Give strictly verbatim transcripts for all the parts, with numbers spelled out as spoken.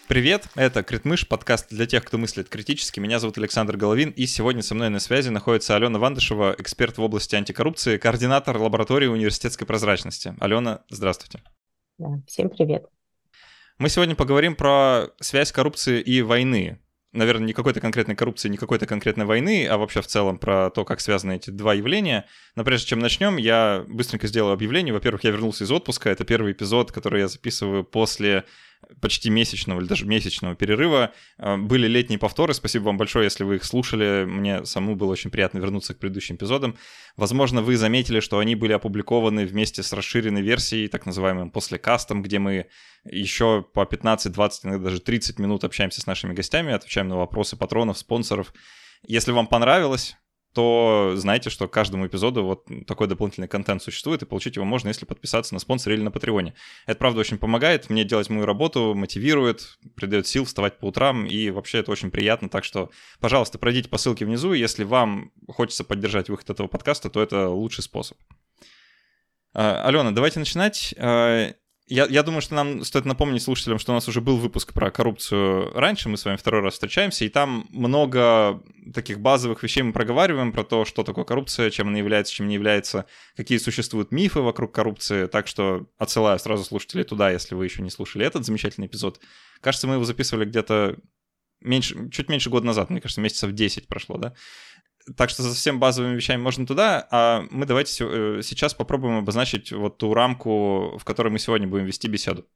Привет, это Критмыш, подкаст для тех, кто мыслит критически. Меня зовут Александр Головин, и сегодня со мной на связи находится Алена Вандышева, эксперт в области антикоррупции, координатор лаборатории университетской прозрачности. Алена, здравствуйте. Да, всем привет. Мы сегодня поговорим про связь коррупции и войны. Наверное, не какой-то конкретной коррупции, не какой-то конкретной войны, а вообще в целом про то, как связаны эти два явления. Но прежде чем начнем, я быстренько сделаю объявление. Во-первых, я вернулся из отпуска. Это первый эпизод, который я записываю после почти месячного или даже месячного перерыва. Были летние повторы, спасибо вам большое, если вы их слушали. Мне самому было очень приятно вернуться к предыдущим эпизодам. Возможно, вы заметили, что они были опубликованы вместе с расширенной версией, так называемым послекастом, где мы еще по пятнадцать, двадцать, иногда даже тридцать минут общаемся с нашими гостями, отвечаем на вопросы патронов, спонсоров. Если вам понравилось, то знайте, что к каждому эпизоду вот такой дополнительный контент существует, и получить его можно, если подписаться на спонсоре или на Патреоне. Это, правда, очень помогает мне делать мою работу, мотивирует, придает сил вставать по утрам, и вообще это очень приятно. Так что, пожалуйста, пройдите по ссылке внизу. Если вам хочется поддержать выход этого подкаста, то это лучший способ. Алена, давайте начинать. Я, я думаю, что нам стоит напомнить слушателям, что у нас уже был выпуск про коррупцию раньше, мы с вами второй раз встречаемся, и там много таких базовых вещей мы проговариваем про то, что такое коррупция, чем она является, чем не является, какие существуют мифы вокруг коррупции, так что отсылаю сразу слушателей туда, если вы еще не слушали этот замечательный эпизод. Кажется, мы его записывали где-то меньше, чуть меньше года назад, мне кажется, месяцев десять прошло, да? Так что за всем базовыми вещами можно туда, а мы давайте сейчас попробуем обозначить вот ту рамку, в которой мы сегодня будем вести беседу.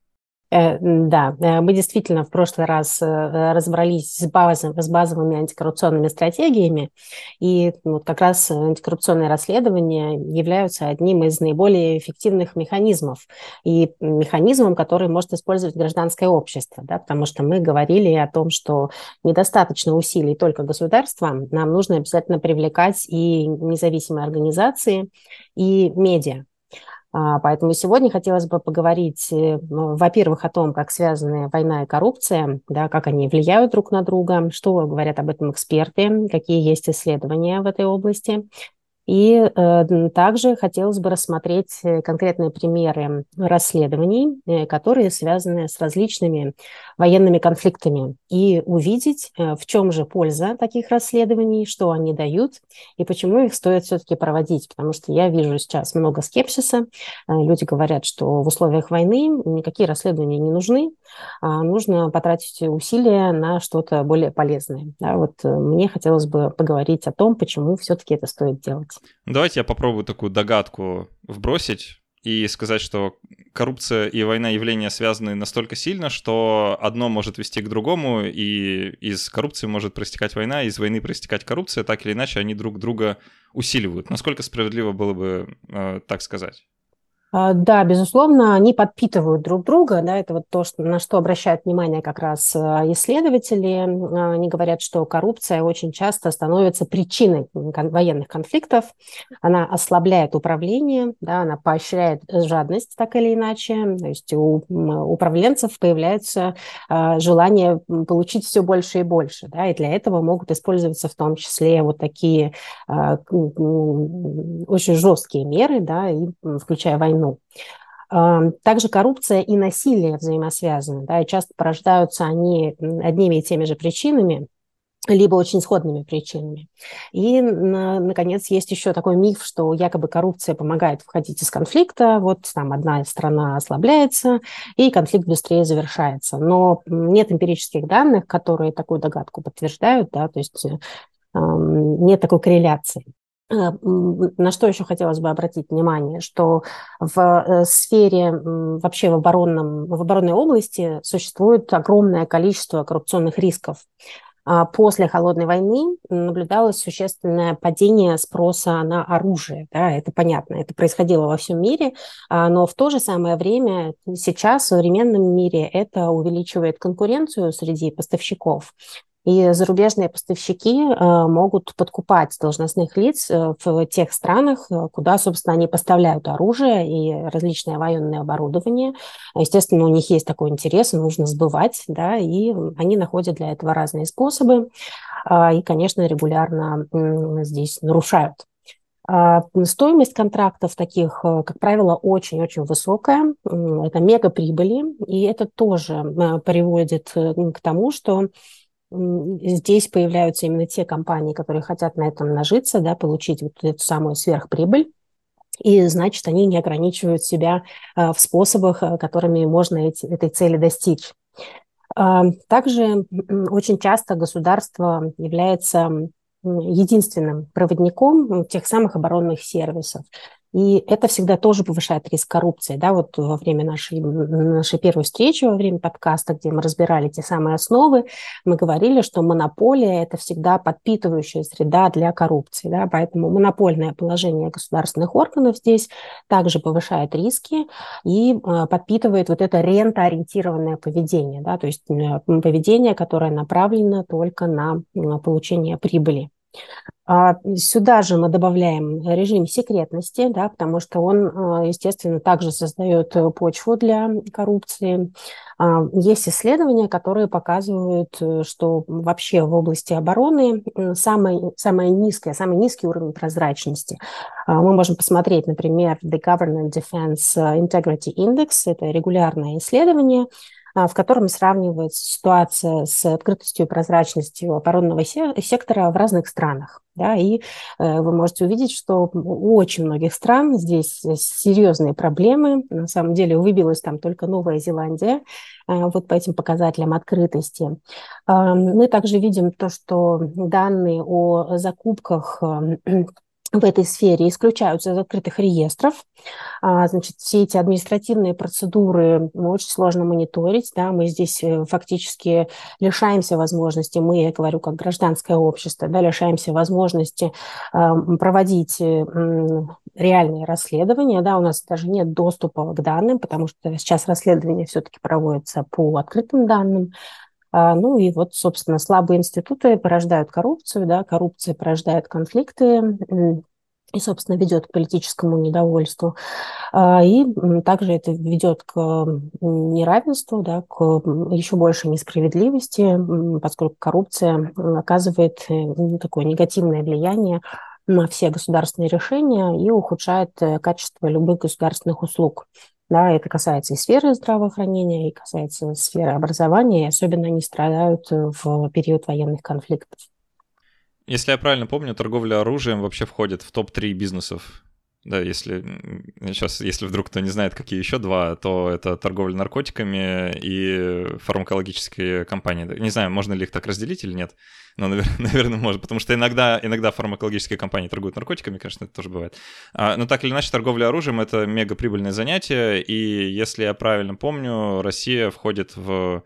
Да, мы действительно в прошлый раз разобрались с, базовым, с базовыми антикоррупционными стратегиями, и вот как раз антикоррупционные расследования являются одним из наиболее эффективных механизмов, и механизмом, который может использовать гражданское общество, да, потому что мы говорили о том, что недостаточно усилий только государства, нам нужно обязательно привлекать и независимые организации, и медиа. Поэтому сегодня хотелось бы поговорить, во-первых, о том, как связаны война и коррупция, да, как они влияют друг на друга, что говорят об этом эксперты, какие есть исследования в этой области. И э, также хотелось бы рассмотреть конкретные примеры расследований, э, которые связаны с различными военными конфликтами, и увидеть, э, в чем же польза таких расследований, что они дают и почему их стоит все-таки проводить. Потому что я вижу сейчас много скепсиса. Э, люди говорят, что в условиях войны никакие расследования не нужны, а нужно потратить усилия на что-то более полезное. Да, вот э, мне хотелось бы поговорить о том, почему все-таки это стоит делать. Давайте я попробую такую догадку вбросить и сказать, что коррупция и война явления связаны настолько сильно, что одно может вести к другому, и из коррупции может проистекать война, из войны проистекать коррупция, так или иначе они друг друга усиливают. Насколько справедливо было бы э, так сказать? Да, безусловно, они подпитывают друг друга, да, это вот то, что, на что обращают внимание как раз исследователи. Они говорят, что коррупция очень часто становится причиной военных конфликтов, она ослабляет управление, да, она поощряет жадность так или иначе, то есть у управленцев появляется желание получить все больше и больше, да, и для этого могут использоваться в том числе вот такие очень жесткие меры, да, и включая войну. Также коррупция и насилие взаимосвязаны, да, и часто порождаются они одними и теми же причинами, либо очень сходными причинами. И, наконец, есть еще такой миф, что якобы коррупция помогает выходить из конфликта, вот там одна страна ослабляется, и конфликт быстрее завершается. Но нет эмпирических данных, которые такую догадку подтверждают, да, то есть нет такой корреляции. На что еще хотелось бы обратить внимание, что в сфере, вообще в, оборонном, в оборонной области существует огромное количество коррупционных рисков. После холодной войны наблюдалось существенное падение спроса на оружие. Да, это понятно, это происходило во всем мире, но в то же самое время сейчас в современном мире это увеличивает конкуренцию среди поставщиков. И зарубежные поставщики могут подкупать должностных лиц в тех странах, куда, собственно, они поставляют оружие и различное военное оборудование. Естественно, у них есть такой интерес, нужно сбывать, да, и они находят для этого разные способы и, конечно, регулярно здесь нарушают. Стоимость контрактов таких, как правило, очень-очень высокая. Это мегаприбыли, и это тоже приводит к тому, что здесь появляются именно те компании, которые хотят на этом нажиться, да, получить вот эту самую сверхприбыль. И, значит, они не ограничивают себя в способах, которыми можно эти, этой цели достичь. Также очень часто государство является единственным проводником тех самых оборонных сервисов. И это всегда тоже повышает риск коррупции. Да, вот во время нашей, нашей первой встречи, во время подкаста, где мы разбирали те самые основы, мы говорили, что монополия – это всегда подпитывающая среда для коррупции. Да, поэтому монопольное положение государственных органов здесь также повышает риски и подпитывает вот это рентоориентированное поведение, да, то есть поведение, которое направлено только на получение прибыли. Сюда же мы добавляем режим секретности, да, потому что он, естественно, также создает почву для коррупции. Есть исследования, которые показывают, что вообще в области обороны самый, самый низкий, самый низкий уровень прозрачности. Мы можем посмотреть, например, The Government Defense Integrity Index, это регулярное исследование, в котором сравнивается ситуация с открытостью и прозрачностью оборонного сектора в разных странах. Да, и вы можете увидеть, что у очень многих стран здесь серьезные проблемы. На самом деле выбилась там только Новая Зеландия вот по этим показателям открытости. Мы также видим то, что данные о закупках в этой сфере исключаются из открытых реестров. Значит, все эти административные процедуры очень сложно мониторить. Да, мы здесь фактически лишаемся возможности, мы, я говорю, как гражданское общество, да, лишаемся возможности проводить реальные расследования. Да, у нас даже нет доступа к данным, потому что сейчас расследования все-таки проводятся по открытым данным. Ну и вот, собственно, слабые институты порождают коррупцию, да, коррупция порождает конфликты и, собственно, ведет к политическому недовольству. И также это ведет к неравенству, да, к еще большей несправедливости, поскольку коррупция оказывает такое негативное влияние на все государственные решения и ухудшает качество любых государственных услуг. Да, это касается и сферы здравоохранения, и касается сферы образования, и особенно они страдают в период военных конфликтов. Если я правильно помню, торговля оружием вообще входит в топ три бизнесов. Да, если сейчас, если вдруг кто не знает, какие еще два, то это торговля наркотиками и фармакологические компании. Не знаю, можно ли их так разделить или нет, но, наверное, можно, потому что иногда, иногда фармакологические компании торгуют наркотиками, конечно, это тоже бывает. Но так или иначе, торговля оружием — это мегаприбыльное занятие, и если я правильно помню, Россия входит в...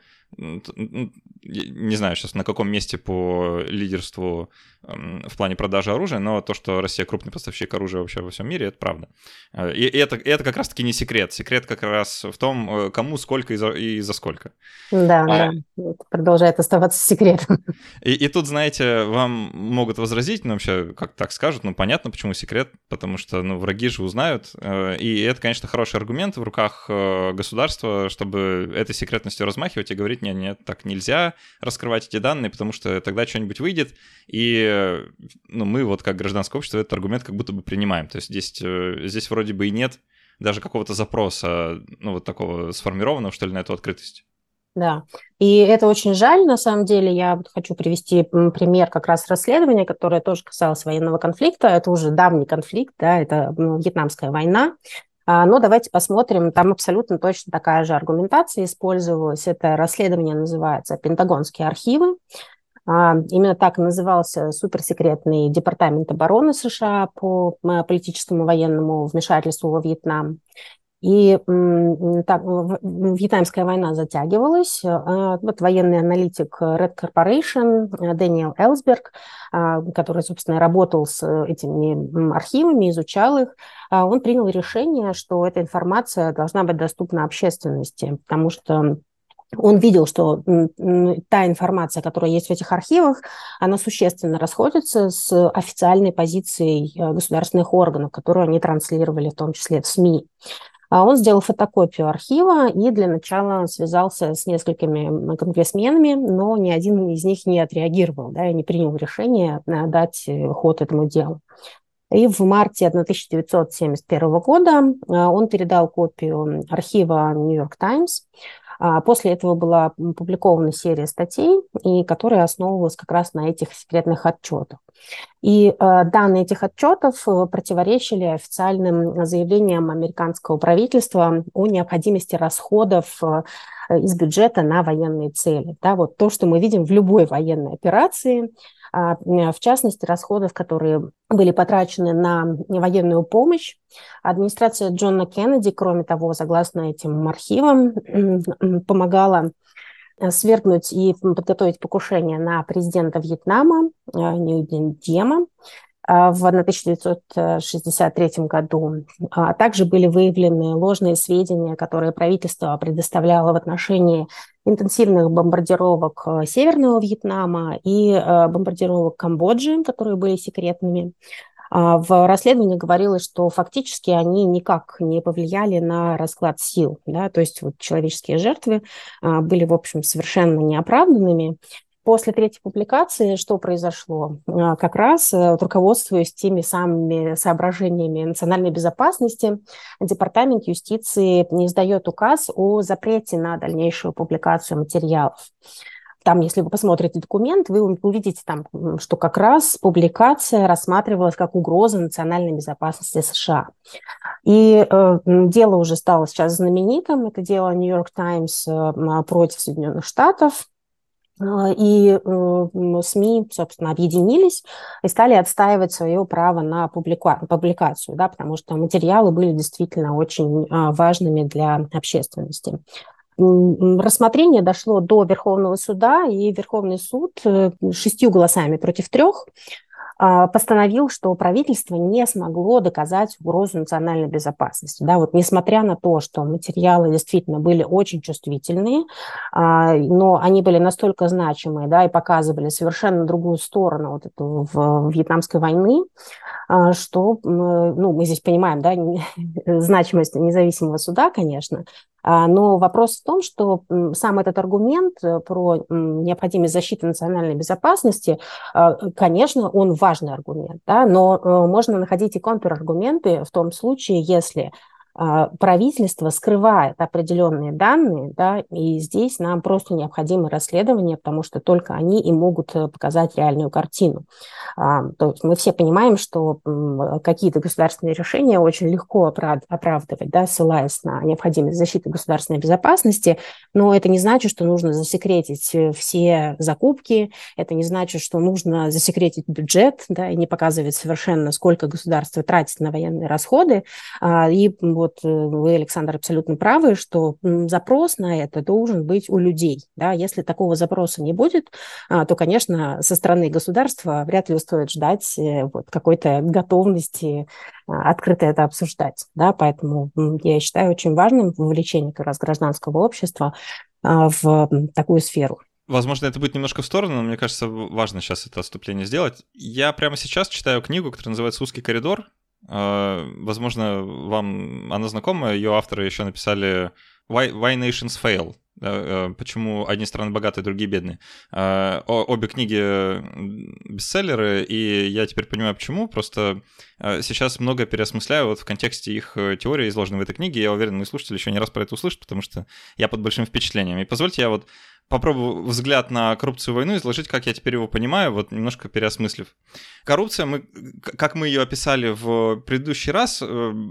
Не знаю сейчас, на каком месте по лидерству в плане продажи оружия, но то, что Россия крупный поставщик оружия вообще во всем мире, это правда. И это, это как раз-таки не секрет. Секрет как раз в том, кому, сколько и за, и за сколько. Да, а... да, это продолжает оставаться секретом. И, и тут, знаете, вам могут возразить, ну вообще, как так скажут, ну понятно, почему секрет, потому что, ну, враги же узнают. И это, конечно, хороший аргумент в руках государства, чтобы этой секретностью размахивать и говорить: нет, нет, так нельзя раскрывать эти данные, потому что тогда что-нибудь выйдет, и ну, мы вот как гражданское общество этот аргумент как будто бы принимаем. То есть здесь, здесь вроде бы и нет даже какого-то запроса, ну вот такого сформированного, что ли, на эту открытость. Да, и это очень жаль, на самом деле. Я хочу привести пример как раз расследования, которое тоже касалось военного конфликта. Это уже давний конфликт, да, это Вьетнамская война. Но давайте посмотрим, там абсолютно точно такая же аргументация использовалась. Это расследование называется «Пентагонские архивы». Именно так и назывался суперсекретный департамент обороны США по политическому и военному вмешательству во Вьетнам. И так, Вьетнамская война затягивалась. Вот военный аналитик Red Corporation Дэниел Элсберг, который, собственно, работал с этими архивами, изучал их, он принял решение, что эта информация должна быть доступна общественности, потому что он видел, что та информация, которая есть в этих архивах, она существенно расходится с официальной позицией государственных органов, которую они транслировали, в том числе в СМИ. Он сделал фотокопию архива и для начала связался с несколькими конгрессменами, но ни один из них не отреагировал, да, и не принял решение дать ход этому делу. И в марте тысяча девятьсот семьдесят первого года он передал копию архива New York Times. После этого была опубликована серия статей, и которая основывалась как раз на этих секретных отчетах. И э, данные этих отчетов противоречили официальным заявлениям американского правительства о необходимости расходов э, из бюджета на военные цели. Да, вот то, что мы видим в любой военной операции, э, в частности, расходов, которые были потрачены на военную помощь. Администрация Джона Кеннеди, кроме того, согласно этим архивам, помогала свергнуть и подготовить покушение на президента Вьетнама Ньюи Диема в тысяча девятьсот шестьдесят третьем году. А также были выявлены ложные сведения, которые правительство предоставляло в отношении интенсивных бомбардировок Северного Вьетнама и бомбардировок Камбоджи, которые были секретными. В расследовании говорилось, что фактически они никак не повлияли на расклад сил. Да? То есть вот человеческие жертвы были, в общем, совершенно неоправданными. После третьей публикации что произошло? Как раз, руководствуясь теми самыми соображениями национальной безопасности, Департамент юстиции издает указ о запрете на дальнейшую публикацию материалов. Там, если вы посмотрите документ, вы увидите, там, что как раз публикация рассматривалась как угроза национальной безопасности США. И э, дело уже стало сейчас знаменитым. Это дело New York Times э, против Соединенных Штатов. И э, СМИ, собственно, объединились и стали отстаивать свое право на публика- публикацию, да, потому что материалы были действительно очень э, важными для общественности. Рассмотрение дошло до Верховного суда, и Верховный суд шестью голосами против трех постановил, что правительство не смогло доказать угрозу национальной безопасности. Да, вот несмотря на то, что материалы действительно были очень чувствительные, но они были настолько значимые, да, и показывали совершенно другую сторону вот эту в Вьетнамской войны, что, ну, мы здесь понимаем, да, значимость независимого суда, конечно, но вопрос в том, что сам этот аргумент про необходимость защиты национальной безопасности, конечно, он важный аргумент, да, но можно находить и контраргументы в том случае, если правительство скрывает определенные данные, да, и здесь нам просто необходимо расследование, потому что только они и могут показать реальную картину. То есть мы все понимаем, что какие-то государственные решения очень легко оправдывать, да, ссылаясь на необходимость защиты государственной безопасности, но это не значит, что нужно засекретить все закупки, это не значит, что нужно засекретить бюджет, да, и не показывать совершенно, сколько государство тратит на военные расходы. И вот вы, Александр, абсолютно правы, что запрос на это должен быть у людей. Да? Если такого запроса не будет, то, конечно, со стороны государства вряд ли стоит ждать вот какой-то готовности открыто это обсуждать. Да? Поэтому я считаю очень важным вовлечение как раз гражданского общества в такую сферу. Возможно, это будет немножко в сторону, но мне кажется, важно сейчас это отступление сделать. Я прямо сейчас читаю книгу, которая называется «Узкий коридор». Возможно, вам она знакома, ее авторы еще написали «Why, Why Nations Fail», почему одни страны богатые, другие бедные. Обе книги бестселлеры, и я теперь понимаю, почему. Просто сейчас много переосмысляю вот в контексте их теории, изложенной в этой книге. Я уверен, мои слушатели еще не раз про это услышат, потому что я под большим впечатлением. И позвольте я вот попробую взгляд на коррупцию и войну изложить, как я теперь его понимаю, вот немножко переосмыслив. Коррупция, мы, как мы ее описали в предыдущий раз,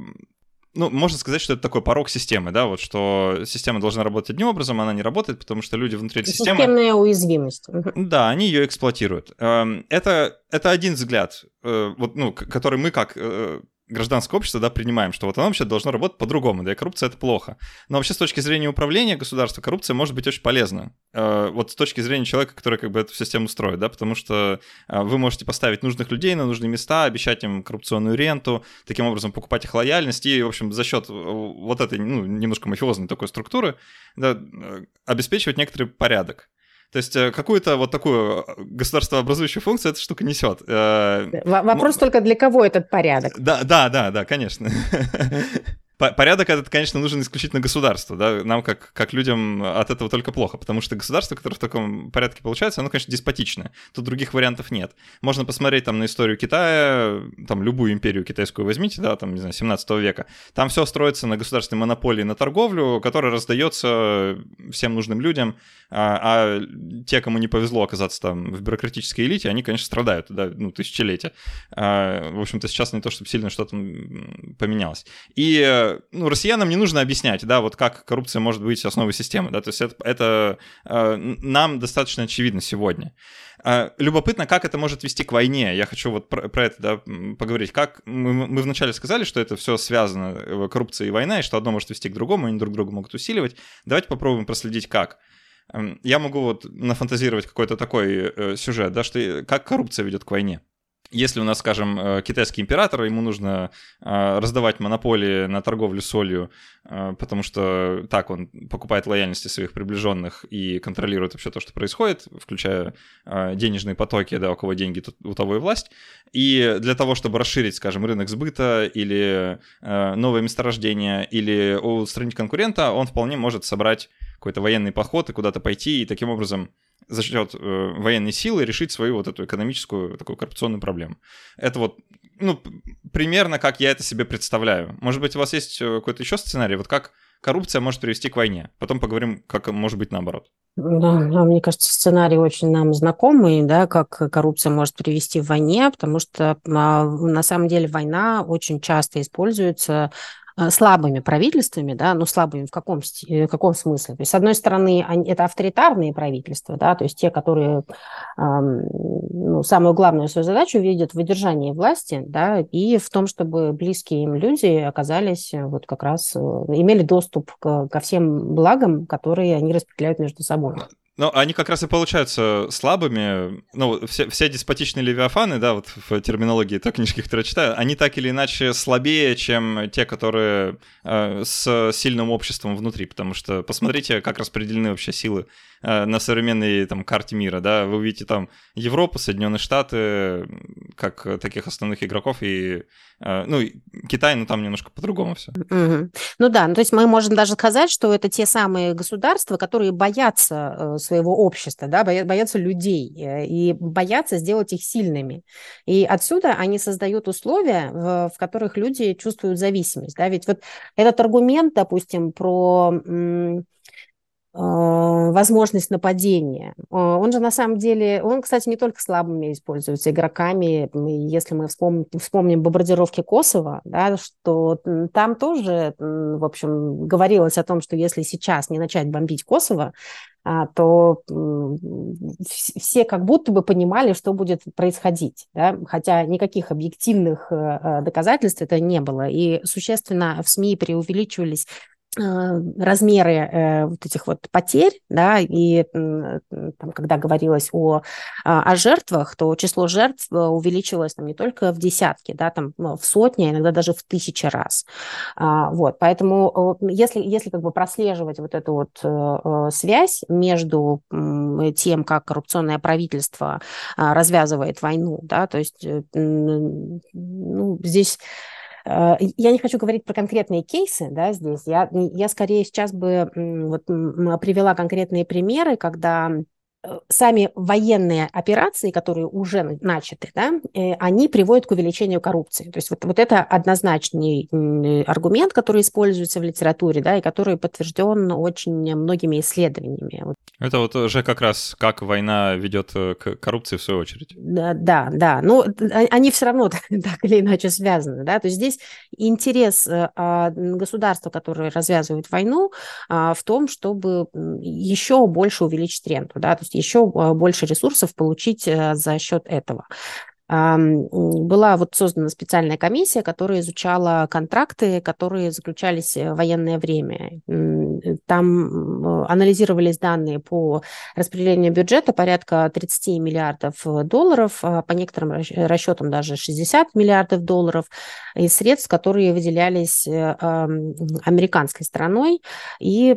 ну, можно сказать, что это такой порог системы, да, вот что система должна работать одним образом, она не работает, потому что люди внутри этой системы... Системная уязвимость. Да, они ее эксплуатируют. Это, это один взгляд, вот, ну, который мы как гражданское общество, да, принимаем, что вот оно вообще должно работать по-другому, да, и коррупция — это плохо. Но вообще с точки зрения управления государства коррупция может быть очень полезна. Вот с точки зрения человека, который как бы эту систему строит, да, потому что вы можете поставить нужных людей на нужные места, обещать им коррупционную ренту, таким образом покупать их лояльность и, в общем, за счет вот этой, ну, немножко мафиозной такой структуры, да, обеспечивать некоторый порядок. То есть какую-то вот такую государствообразующую функцию эта штука несет. Вопрос только для кого этот порядок? Да, да, да, да, конечно. порядок этот, конечно, нужен исключительно государству, да, нам как, как людям от этого только плохо, потому что государство, которое в таком порядке получается, оно, конечно, деспотичное, тут других вариантов нет. Можно посмотреть там на историю Китая, там любую империю китайскую возьмите, да, там, не знаю, семнадцатого века, там все строится на государственной монополии на торговлю, которая раздается всем нужным людям, а, а те, кому не повезло оказаться там в бюрократической элите, они, конечно, страдают, да, ну, тысячелетия. А, в общем-то, сейчас не то, чтобы сильно что-то поменялось. И, ну, россиянам не нужно объяснять, да, вот как коррупция может быть основой системы, да, то есть это, это э, нам достаточно очевидно сегодня. Э, любопытно, как это может вести к войне. Я хочу вот про, про это, да, поговорить. Как мы, мы вначале сказали, что это все связано, коррупция и война, и что одно может вести к другому, они друг друга могут усиливать. Давайте попробуем проследить, как. Я могу вот нафантазировать какой-то такой э, сюжет, да, что как коррупция ведет к войне. Если у нас, скажем, китайский император, ему нужно раздавать монополии на торговлю солью, потому что так он покупает лояльности своих приближенных и контролирует вообще то, что происходит, включая денежные потоки, да, у кого деньги, у того и власть. И для того, чтобы расширить, скажем, рынок сбыта или новое месторождение, или устранить конкурента, он вполне может собрать какой-то военный поход и куда-то пойти, и таким образом за счет э, военной силы решить свою вот эту экономическую такую коррупционную проблему. Это вот, ну, примерно как я это себе представляю. Может быть, у вас есть какой-то еще сценарий, вот как коррупция может привести к войне? Потом поговорим, как может быть наоборот. Да, мне кажется, сценарий очень нам знакомый, да, как коррупция может привести к войне, потому что а, на самом деле война очень часто используется слабыми правительствами, да, ну, слабыми в каком, в каком смысле? То есть, с одной стороны, они, это авторитарные правительства, да, то есть те, которые эм, ну, самую главную свою задачу видят в выдержании власти, да, и в том, чтобы близкие им люди оказались вот как раз, имели доступ к, ко всем благам, которые они распределяют между собой. Ну, они как раз и получаются слабыми. Ну, все, все деспотичные левиафаны, да, вот в терминологии той книжки, которую я читаю, они так или иначе слабее, чем те, которые э, с сильным обществом внутри, потому что посмотрите, как распределены вообще силы э, на современной там карте мира, да, вы увидите там Европу, Соединенные Штаты, как таких основных игроков, и, э, ну, Китай, ну, там немножко по-другому все. Угу. Ну да, ну, то есть мы можем даже сказать, что это те самые государства, которые боятся своего общества, да, боятся людей и боятся сделать их сильными. И отсюда они создают условия, в, в которых люди чувствуют зависимость. Да? Ведь вот этот аргумент, допустим, про м, возможность нападения. Он же на самом деле, он, кстати, не только слабыми используется игроками. Если мы вспомним, вспомним бомбардировки Косово, да, что там тоже, в общем, говорилось о том, что если сейчас не начать бомбить Косово, то все как будто бы понимали, что будет происходить, да? Хотя никаких объективных доказательств это не было. И существенно в СМИ преувеличивались размеры э, вот этих вот потерь, да, и э, там, когда говорилось о, о жертвах, то число жертв увеличилось там не только в десятки, да, там в сотни, иногда даже в тысячи раз. А, вот, поэтому если, если как бы прослеживать вот эту вот э, связь между э, тем, как коррупционное правительство э, развязывает войну, да, то есть э, ну, здесь я не хочу говорить про конкретные кейсы, да, здесь. Я, я скорее сейчас бы вот, привела конкретные примеры, когда сами военные операции, которые уже начаты, да, они приводят к увеличению коррупции. То есть вот, вот это однозначный аргумент, который используется в литературе, да, и который подтвержден очень многими исследованиями. Это вот уже как раз как война ведет к коррупции в свою очередь. Да, да, да. Но они все равно так, так или иначе связаны, да. То есть здесь интерес государства, которое развязывает войну, в том, чтобы еще больше увеличить ренту, да, то есть еще больше ресурсов получить за счет этого. Была вот создана специальная комиссия, которая изучала контракты, которые заключались в военное время. Там анализировались данные по распределению бюджета, порядка тридцать миллиардов долларов, по некоторым расчетам даже шестьдесят миллиардов долларов из средств, которые выделялись американской стороной. И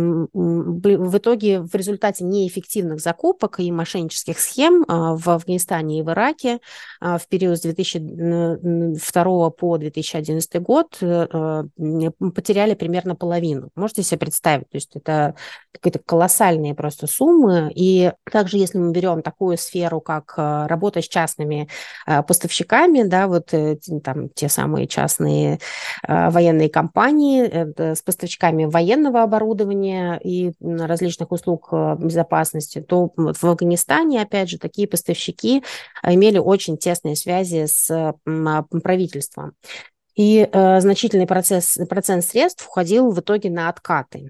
в итоге в результате неэффективных закупок и мошеннических схем в Афганистане и в Ираке в период с две тысячи второго по две тысячи одиннадцатый год потеряли примерно половину. Можете себе представить? То есть это какие-то колоссальные просто суммы. И также, если мы берем такую сферу, как работа с частными поставщиками, да, вот там те самые частные военные компании с поставщиками военного оборудования и различных услуг безопасности, то в Афганистане, опять же, такие поставщики имели очень тесные связи с правительством. И э, значительный процесс, процент средств уходил в итоге на откаты.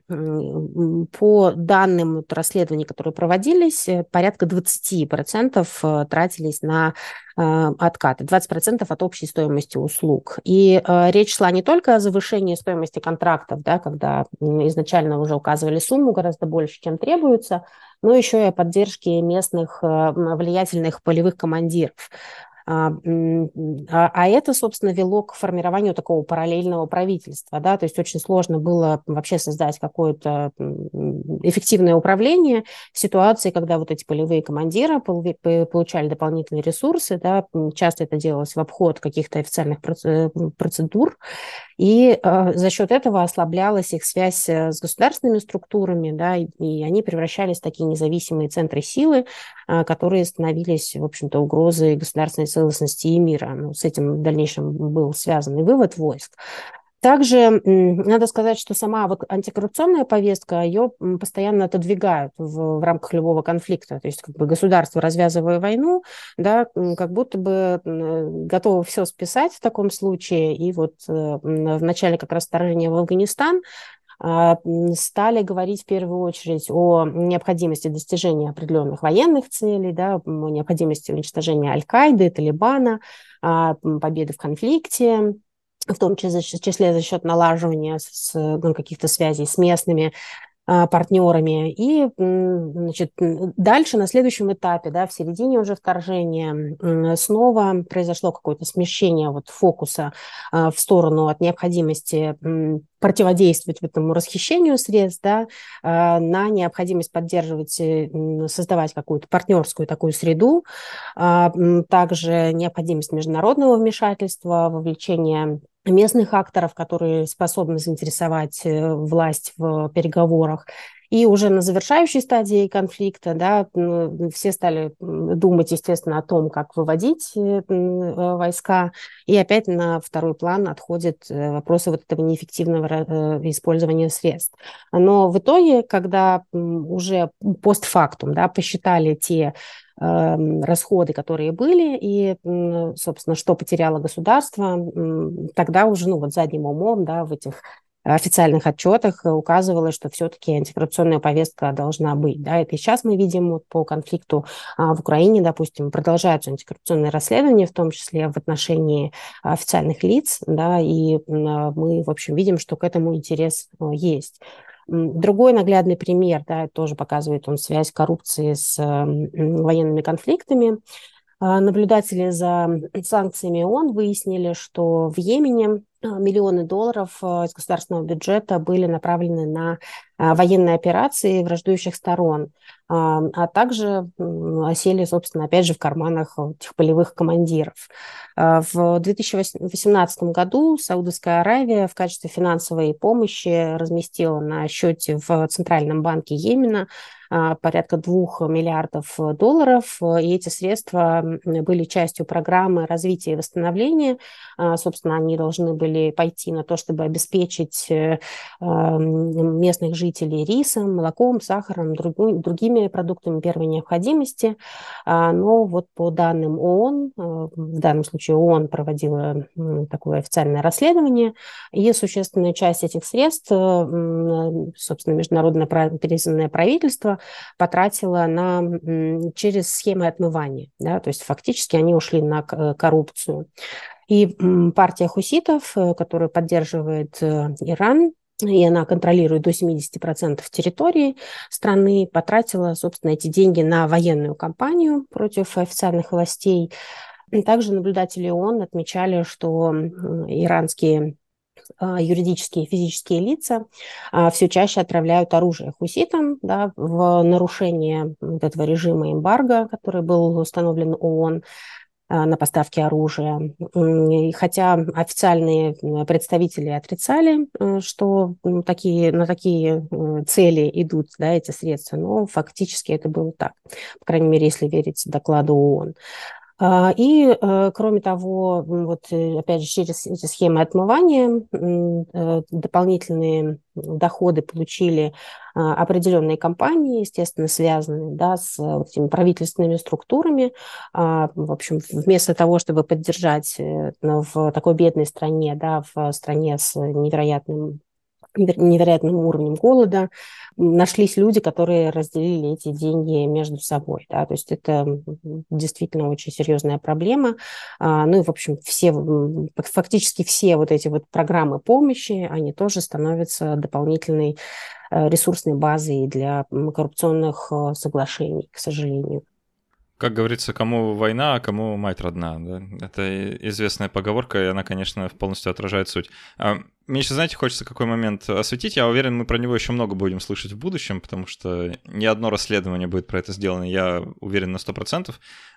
По данным вот, расследований, которые проводились, порядка двадцать процентов тратились на э, откаты, двадцать процентов от общей стоимости услуг. И э, речь шла не только о завышении стоимости контрактов, да, когда изначально уже указывали сумму гораздо больше, чем требуется, но еще и о поддержке местных э, влиятельных полевых командиров. А, а это, собственно, вело к формированию такого параллельного правительства, да, то есть очень сложно было вообще создать какое-то эффективное управление в ситуации, когда вот эти полевые командиры получали дополнительные ресурсы, да, часто это делалось в обход каких-то официальных процедур, и э, за счет этого ослаблялась их связь с государственными структурами, да, и, и они превращались в такие независимые центры силы, э, которые становились, в общем-то, угрозой государственной целостности и мира. Ну, с этим в дальнейшем был связан и вывод войск. Также надо сказать, что сама вот антикоррупционная повестка, ее постоянно отодвигают в, в рамках любого конфликта. То есть как бы государство, развязывая войну, да, как будто бы готово все списать в таком случае. И вот в начале как раз вторжения в Афганистан стали говорить в первую очередь о необходимости достижения определенных военных целей, да, о необходимости уничтожения Аль-Каиды, Талибана, победы в конфликте, в том числе за счет налаживания с, ну, каких-то связей с местными а, партнерами. И, значит, дальше, на следующем этапе, да, в середине уже вторжения, снова произошло какое-то смещение вот, фокуса а, в сторону от необходимости противодействовать этому расхищению средств, да, а, на необходимость поддерживать, создавать какую-то партнерскую такую среду, а, также необходимость международного вмешательства, вовлечения местных акторов, которые способны заинтересовать власть в переговорах. И уже на завершающей стадии конфликта, да, все стали думать, естественно, о том, как выводить войска. И опять на второй план отходят вопросы вот этого неэффективного использования средств. Но в итоге, когда уже постфактум, да, посчитали те расходы, которые были, и, собственно, что потеряло государство, тогда уже, ну, вот задним умом, да, в этих официальных отчетах указывалось, что все-таки антикоррупционная повестка должна быть. Да. Это и сейчас мы видим вот по конфликту а, в Украине, допустим, продолжаются антикоррупционные расследования, в том числе в отношении официальных лиц, да, и а, мы, в общем, видим, что к этому интерес а, есть. Другой наглядный пример, да, тоже показывает он связь коррупции с военными конфликтами. Наблюдатели за санкциями ООН выяснили, что в Йемене миллионы долларов из государственного бюджета были направлены на военные операции враждующих сторон, а также осели, собственно, опять же, в карманах этих полевых командиров. В две тысячи восемнадцатом году Саудовская Аравия в качестве финансовой помощи разместила на счете в Центральном банке Йемена порядка двух миллиардов долларов, и эти средства были частью программы развития и восстановления. Собственно, они должны были пойти на то, чтобы обеспечить местных жителей рисом, молоком, сахаром, другими продуктами первой необходимости. Но вот по данным ООН, в данном случае ООН проводила такое официальное расследование, и существенная часть этих средств, собственно, международное признанное правительство потратила на, через схемы отмывания. Да, то есть фактически они ушли на коррупцию. И партия хуситов, которая поддерживает Иран, и она контролирует до семьдесят процентов территории страны, потратила, собственно, эти деньги на военную кампанию против официальных властей. И также наблюдатели ООН отмечали, что иранские юридические и физические лица все чаще отправляют оружие хуситам, да, в нарушение вот этого режима эмбарго, который был установлен ООН. на поставки оружия. И хотя официальные представители отрицали, что такие, на такие цели идут, да, эти средства, но фактически это было так, по крайней мере, если верить докладу ООН. И, кроме того, вот опять же, через эти схемы отмывания дополнительные доходы получили определенные компании, естественно, связанные, да, с вот этими правительственными структурами. В общем, вместо того, чтобы поддержать в такой бедной стране, да, в стране с невероятным невероятным уровнем голода, нашлись люди, которые разделили эти деньги между собой. Да? То есть это действительно очень серьезная проблема. Ну и, в общем, все, фактически все вот эти вот программы помощи, они тоже становятся дополнительной ресурсной базой для коррупционных соглашений, к сожалению. Как говорится, кому война, а кому мать родна. Да? Это известная поговорка, и она, конечно, полностью отражает суть. Мне еще, знаете, хочется какой момент осветить. Я уверен, мы про него еще много будем слышать в будущем, потому что ни одно расследование будет про это сделано, я уверен на сто процентов.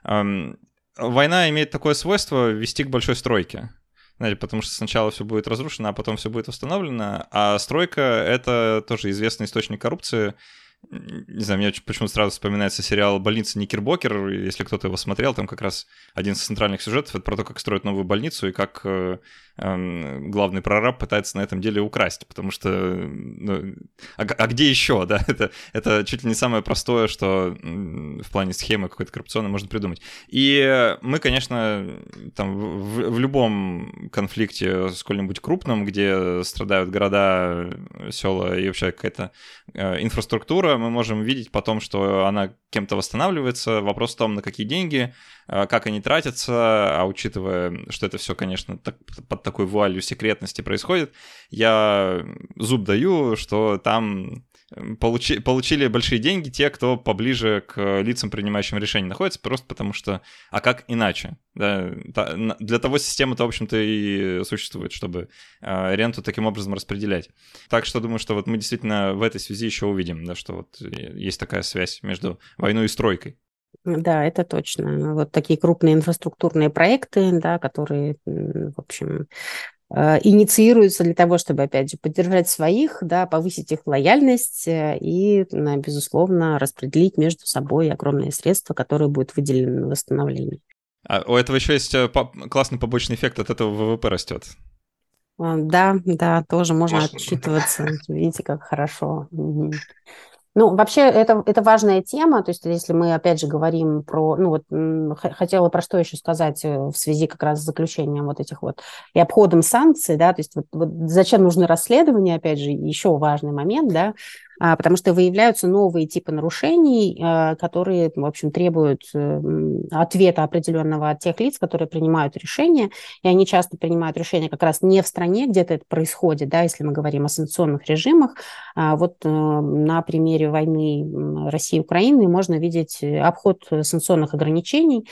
Война имеет такое свойство вести к большой стройке. Знаете, потому что сначала все будет разрушено, а потом все будет восстановлено. А стройка — это тоже известный источник коррупции. Не знаю, мне почему-то сразу вспоминается сериал «Больница Никербокер». Если кто-то его смотрел, там как раз один из центральных сюжетов — это про то, как строят новую больницу и как э, э, главный прораб пытается на этом деле украсть. Потому что... Ну, а, а где еще, да? Это, это чуть ли не самое простое, что в плане схемы какой-то коррупционной можно придумать. И мы, конечно, там в, в любом конфликте сколь-нибудь крупном, где страдают города, села и вообще какая-то э, инфраструктура, мы можем видеть потом, что она кем-то восстанавливается. Вопрос в том, на какие деньги, как они тратятся, а учитывая, что это все, конечно, так, под такой вуалью секретности происходит, я зуб даю, что там получи, получили большие деньги те, кто поближе к лицам, принимающим решения, находится, просто потому что, а как иначе? Да? Для того система-то, в общем-то, и существует, чтобы ренту таким образом распределять. Так что думаю, что вот мы действительно в этой связи еще увидим, да, что вот есть такая связь между войной и стройкой. Да, это точно. Вот такие крупные инфраструктурные проекты, да, которые, в общем, инициируются для того, чтобы, опять же, поддержать своих, да, повысить их лояльность и, безусловно, распределить между собой огромные средства, которые будут выделены на восстановление. А у этого еще есть классный побочный эффект, от этого ВВП растет. Да, да, тоже можно Может... отчитываться. Видите, как хорошо. Ну, вообще, это, это важная тема, то есть если мы, опять же, говорим про, ну, вот, хотела про что еще сказать в связи как раз с заключением вот этих вот и обходом санкций, да, то есть вот, вот зачем нужны расследования, опять же, еще важный момент, да, потому что выявляются новые типы нарушений, которые, в общем, требуют ответа определенного от тех лиц, которые принимают решения, и они часто принимают решения как раз не в стране, где-то это происходит, да, если мы говорим о санкционных режимах. Вот на примере войны России и Украины можно видеть обход санкционных ограничений.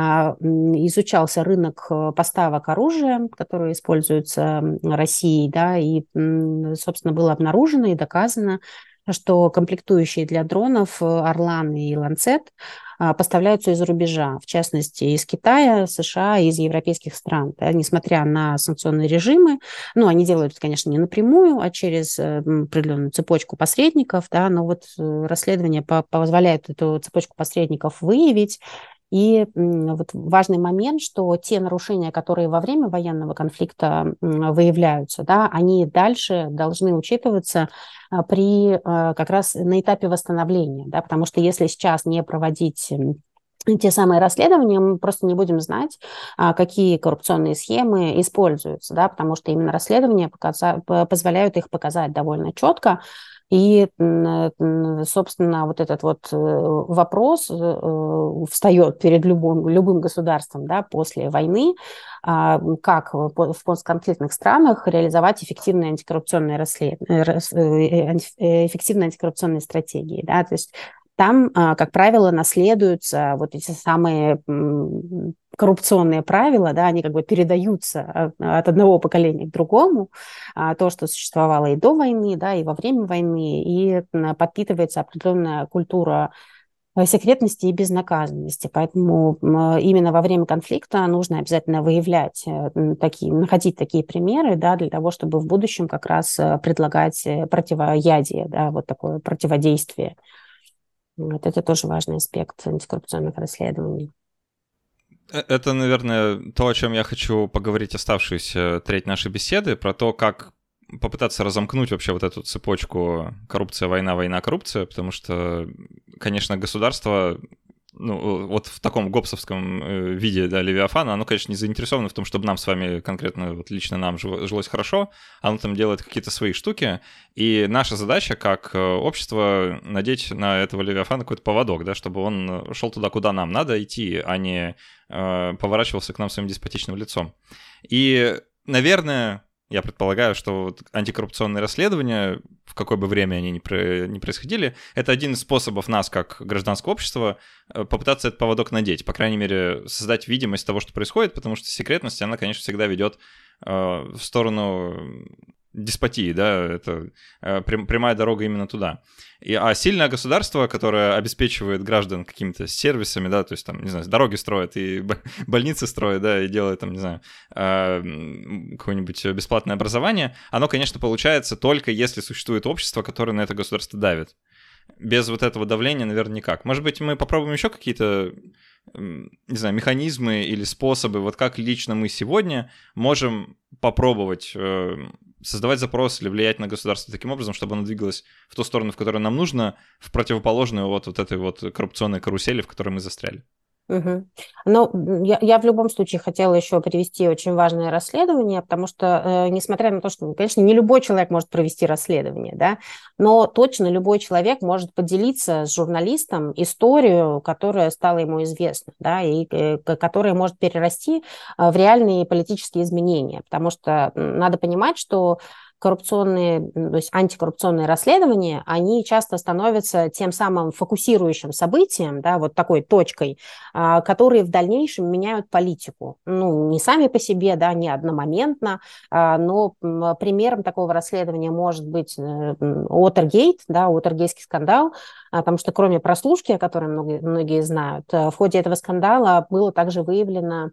Изучался рынок поставок оружия, который используется Россией, да, и, собственно, было обнаружено и доказано, что комплектующие для дронов «Орлан» и «Ланцет» поставляются из-за рубежа, в частности, из Китая, США и из европейских стран. Да, несмотря на санкционные режимы, ну, они делают это, конечно, не напрямую, а через определенную цепочку посредников, да, но вот расследование позволяет эту цепочку посредников выявить. И вот важный момент, что те нарушения, которые во время военного конфликта выявляются, да, они дальше должны учитываться при как раз на этапе восстановления, да, потому что если сейчас не проводить те самые расследования, мы просто не будем знать, какие коррупционные схемы используются, да, потому что именно расследования показа- позволяют их показать довольно четко. И, собственно, вот этот вот вопрос встает перед любым, любым государством, да, после войны, как в постконфликтных странах реализовать эффективные антикоррупционные, расслед... эффективные антикоррупционные стратегии. Да, то есть там, как правило, наследуются вот эти самые коррупционные правила, да, они как бы передаются от одного поколения к другому, то, что существовало и до войны, да, и во время войны, и подпитывается определенная культура секретности и безнаказанности. Поэтому именно во время конфликта нужно обязательно выявлять такие, находить такие примеры, да, для того, чтобы в будущем как раз предлагать противоядие, да, вот такое противодействие. Вот это тоже важный аспект антикоррупционных расследований. Это, наверное, то, о чем я хочу поговорить оставшуюся треть нашей беседы, про то, как попытаться разомкнуть вообще вот эту цепочку коррупция, война, война, коррупция, потому что, конечно, государство, ну, вот в таком гоббсовском виде, да, Левиафана, оно, конечно, не заинтересовано в том, чтобы нам с вами, конкретно, вот лично нам жилось хорошо, оно там делает какие-то свои штуки, и наша задача, как общество, надеть на этого Левиафана какой-то поводок, да, чтобы он шел туда, куда нам надо идти, а не э, поворачивался к нам своим деспотичным лицом. И, наверное, я предполагаю, что вот антикоррупционные расследования, в какое бы время они ни, про, ни происходили, это один из способов нас, как гражданского общества, попытаться этот поводок надеть, по крайней мере, создать видимость того, что происходит, потому что секретность, она, конечно, всегда ведет э, в сторону деспотии, да, это э, прямая дорога именно туда. И, а сильное государство, которое обеспечивает граждан какими-то сервисами, да, то есть там, не знаю, дороги строят и больницы строят, да, и делает там, не знаю, э, какое-нибудь бесплатное образование, оно, конечно, получается только если существует общество, которое на это государство давит. Без вот этого давления, наверное, никак. Может быть, мы попробуем еще какие-то, не знаю, механизмы или способы, вот как лично мы сегодня можем попробовать э, создавать запрос или влиять на государство таким образом, чтобы оно двигалось в ту сторону, в которую нам нужно, в противоположную вот, вот этой вот коррупционной карусели, в которой мы застряли. Угу. Ну, я, я в любом случае хотела еще привести очень важное расследование, потому что, э, несмотря на то, что, конечно, не любой человек может провести расследование, да, но точно любой человек может поделиться с журналистом историю, которая стала ему известна, да, и э, которая может перерасти в реальные политические изменения, потому что надо понимать, что коррупционные, то есть антикоррупционные расследования, они часто становятся тем самым фокусирующим событием, да, вот такой точкой, а, которые в дальнейшем меняют политику. Ну, не сами по себе, да, не одномоментно, а, но примером такого расследования может быть Уотергейт, да, Уотергейтский скандал, а, потому что кроме прослушки, о которой многие, многие знают, в ходе этого скандала было также выявлено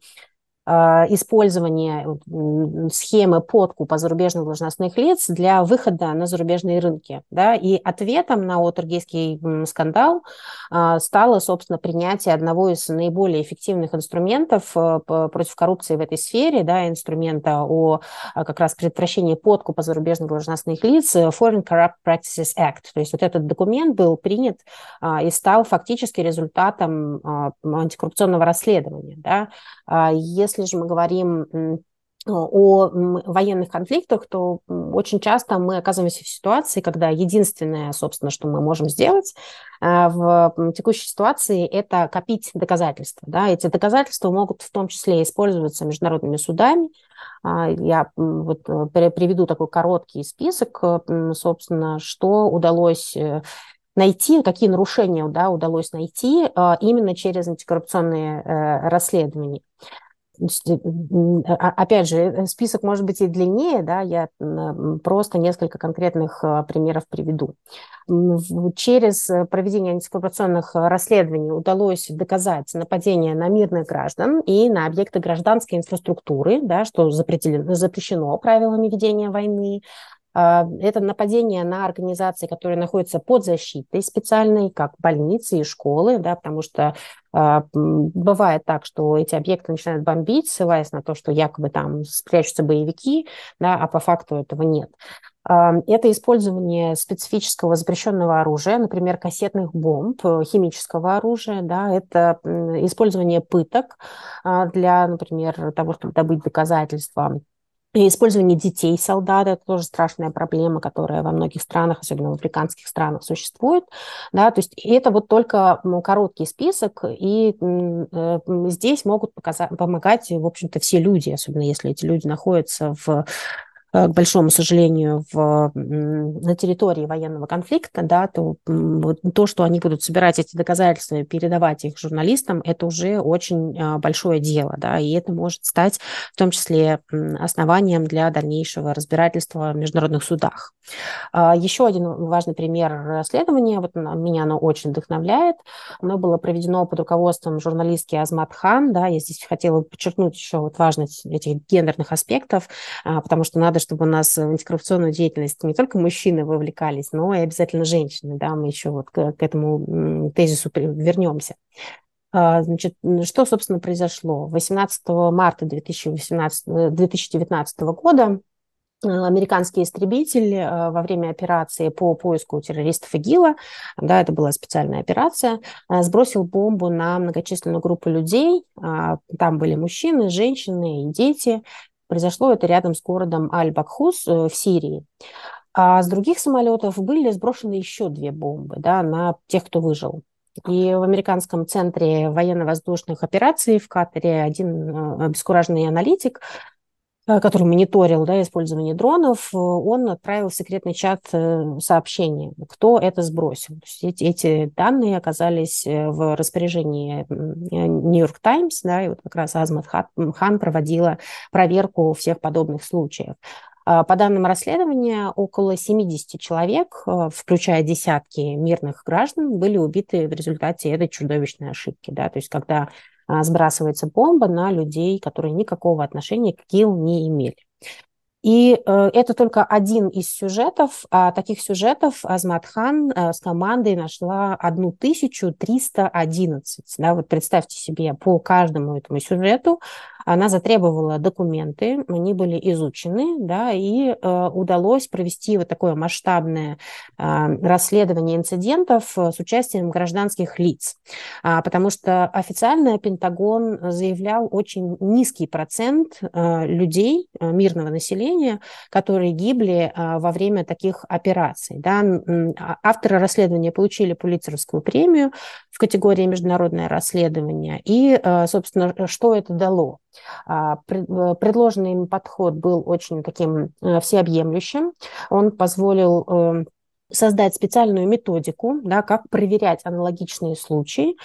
использование схемы подкупа зарубежных должностных лиц для выхода на зарубежные рынки. Да? И ответом на Уотергейтский скандал стало, собственно, принятие одного из наиболее эффективных инструментов против коррупции в этой сфере, да, инструмента о как раз предотвращении подкупа зарубежных должностных лиц, Foreign Corrupt Practices Act. То есть вот этот документ был принят и стал фактически результатом антикоррупционного расследования. Да? Если Если же мы говорим о военных конфликтах, то очень часто мы оказываемся в ситуации, когда единственное, собственно, что мы можем сделать в текущей ситуации, это копить доказательства. Да? Эти доказательства могут в том числе использоваться международными судами. Я вот приведу такой короткий список, собственно, что удалось найти, какие нарушения, да, удалось найти именно через антикоррупционные расследования. Опять же, список может быть и длиннее, да, я просто несколько конкретных примеров приведу. Через проведение антикоррупционных расследований удалось доказать нападение на мирных граждан и на объекты гражданской инфраструктуры, да, что запрещено правилами ведения войны. Это нападение на организации, которые находятся под защитой специальной, как больницы и школы, да, потому что э, бывает так, что эти объекты начинают бомбить, ссылаясь на то, что якобы там спрячутся боевики, да, а по факту этого нет. Э, это использование специфического запрещенного оружия, например, кассетных бомб, химического оружия, да, это использование пыток э, для, например, того, чтобы добыть доказательства. И использование детей солдат – это тоже страшная проблема, которая во многих странах, особенно в африканских странах, существует. Да, то есть это вот только короткий список, и э, здесь могут показать, помогать, в общем-то, все люди, особенно если эти люди находятся в к большому сожалению, в, на территории военного конфликта, да, то, то, что они будут собирать эти доказательства и передавать их журналистам, это уже очень большое дело, да, и это может стать в том числе основанием для дальнейшего разбирательства в международных судах. Еще один важный пример расследования, вот меня оно очень вдохновляет, оно было проведено под руководством журналистки Азмат Хан, да, я здесь хотела подчеркнуть еще вот важность этих гендерных аспектов, потому что надо, чтобы у нас в антикоррупционную деятельность не только мужчины вовлекались, но и обязательно женщины, да, мы еще вот к, к этому тезису вернемся. Значит, что, собственно, произошло? восемнадцатого марта две тысячи девятнадцатого года американский истребитель во время операции по поиску террористов ИГИЛа, да, это была специальная операция, сбросил бомбу на многочисленную группу людей. Там были мужчины, женщины и дети. Произошло это рядом с городом Аль-Бакхус в Сирии. А с других самолетов были сброшены еще две бомбы, да, на тех, кто выжил. И в американском центре военно-воздушных операций в Катаре один обескураженный аналитик, который мониторил, да, использование дронов, он отправил в секретный чат сообщение, кто это сбросил. То есть эти, эти данные оказались в распоряжении Нью-Йорк Таймс, да, и вот как раз Азмат Хан проводила проверку всех подобных случаев. По данным расследования, около семьдесят человек, включая десятки мирных граждан, были убиты в результате этой чудовищной ошибки. Да? То есть когда сбрасывается бомба на людей, которые никакого отношения к ИГИЛ не имели. И э, это только один из сюжетов. А таких сюжетов Азмат Хан э, с командой нашла тысячу триста одиннадцать. Да, вот представьте себе, по каждому этому сюжету она затребовала документы, они были изучены, да, и э, удалось провести вот такое масштабное э, расследование инцидентов с участием гражданских лиц. А, потому что официально Пентагон заявлял очень низкий процент э, людей, э, мирного населения, которые гибли э, во время таких операций. Да. Авторы расследования получили Пулитцеровскую премию в категории «Международное расследование». И, э, собственно, что это дало? Предложенный им подход был очень таким всеобъемлющим. Он позволил создать специальную методику, да, как проверять аналогичные случаи.